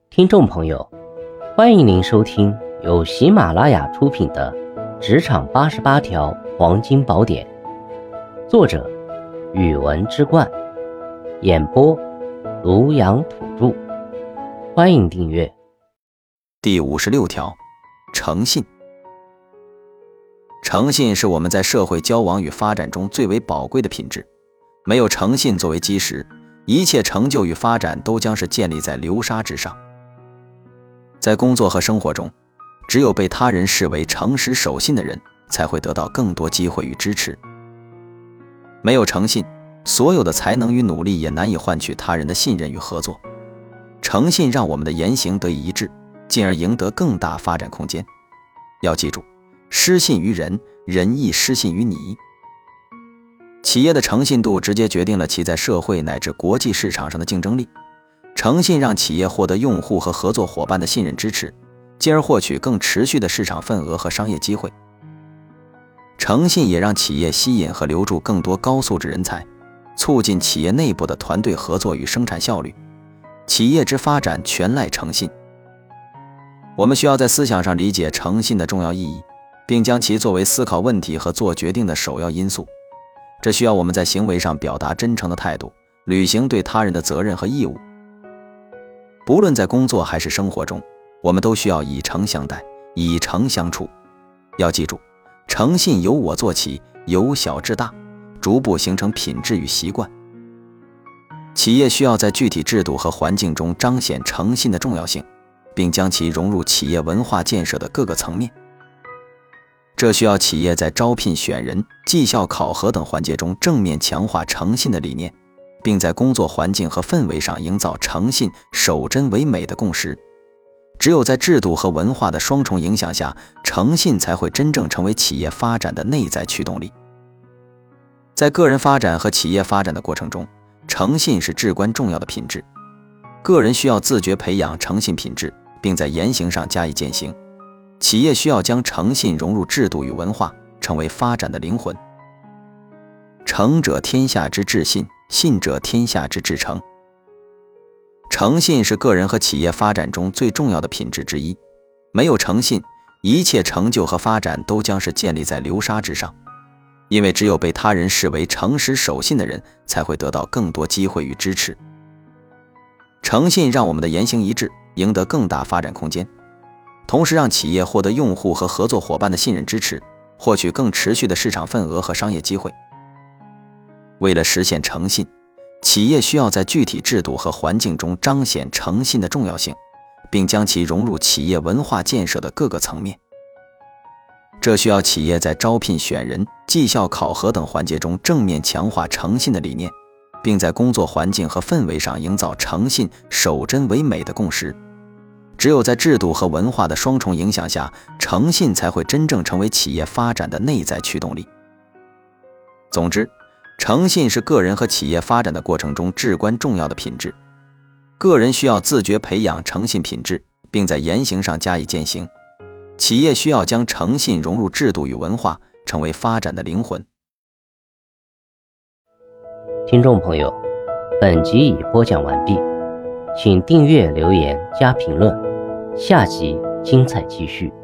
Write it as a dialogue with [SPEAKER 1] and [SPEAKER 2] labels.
[SPEAKER 1] 听众朋友，欢迎您收听由喜马拉雅出品的《职场88条黄金宝典》，作者语文之冠，演播庐阳土著。欢迎订阅。
[SPEAKER 2] 第56条，诚信。诚信是我们在社会交往与发展中最为宝贵的品质，没有诚信作为基石，一切成就与发展都将是建立在流沙之上。在工作和生活中，只有被他人视为诚实守信的人，才会得到更多机会与支持。没有诚信，所有的才能与努力也难以换取他人的信任与合作。诚信让我们的言行得以一致，进而赢得更大发展空间。要记住，失信于人，人亦失信于你。企业的诚信度直接决定了其在社会乃至国际市场上的竞争力。诚信让企业获得用户和合作伙伴的信任支持，进而获取更持续的市场份额和商业机会。诚信也让企业吸引和留住更多高素质人才，促进企业内部的团队合作与生产效率。企业之发展全赖诚信。我们需要在思想上理解诚信的重要意义，并将其作为思考问题和做决定的首要因素。这需要我们在行为上表达真诚的态度，履行对他人的责任和义务。不论在工作还是生活中，我们都需要以诚相待，以诚相处。要记住，诚信由我做起，由小至大，逐步形成品质与习惯。企业需要在具体制度和环境中彰显诚信的重要性，并将其融入企业文化建设的各个层面。这需要企业在招聘、选人、绩效考核等环节中正面强化诚信的理念，并在工作环境和氛围上营造诚信、守真为美的共识。只有在制度和文化的双重影响下，诚信才会真正成为企业发展的内在驱动力。在个人发展和企业发展的过程中，诚信是至关重要的品质。个人需要自觉培养诚信品质，并在言行上加以践行。企业需要将诚信融入制度与文化，成为发展的灵魂。诚者天下之至信，信者天下之至诚。诚信是个人和企业发展中最重要的品质之一。没有诚信，一切成就和发展都将是建立在流沙之上。因为只有被他人视为诚实守信的人，才会得到更多机会与支持。诚信让我们的言行一致，赢得更大发展空间，同时让企业获得用户和合作伙伴的信任支持，获取更持续的市场份额和商业机会。为了实现诚信，企业需要在具体制度和环境中彰显诚信的重要性，并将其融入企业文化建设的各个层面。这需要企业在招聘、选人、绩效考核等环节中正面强化诚信的理念，并在工作环境和氛围上营造诚信、守真为美的共识。只有在制度和文化的双重影响下，诚信才会真正成为企业发展的内在驱动力。总之，诚信是个人和企业发展的过程中至关重要的品质。个人需要自觉培养诚信品质，并在言行上加以践行。企业需要将诚信融入制度与文化，成为发展的灵魂。
[SPEAKER 1] 听众朋友，本集已播讲完毕，请订阅、留言、加评论，下集精彩继续。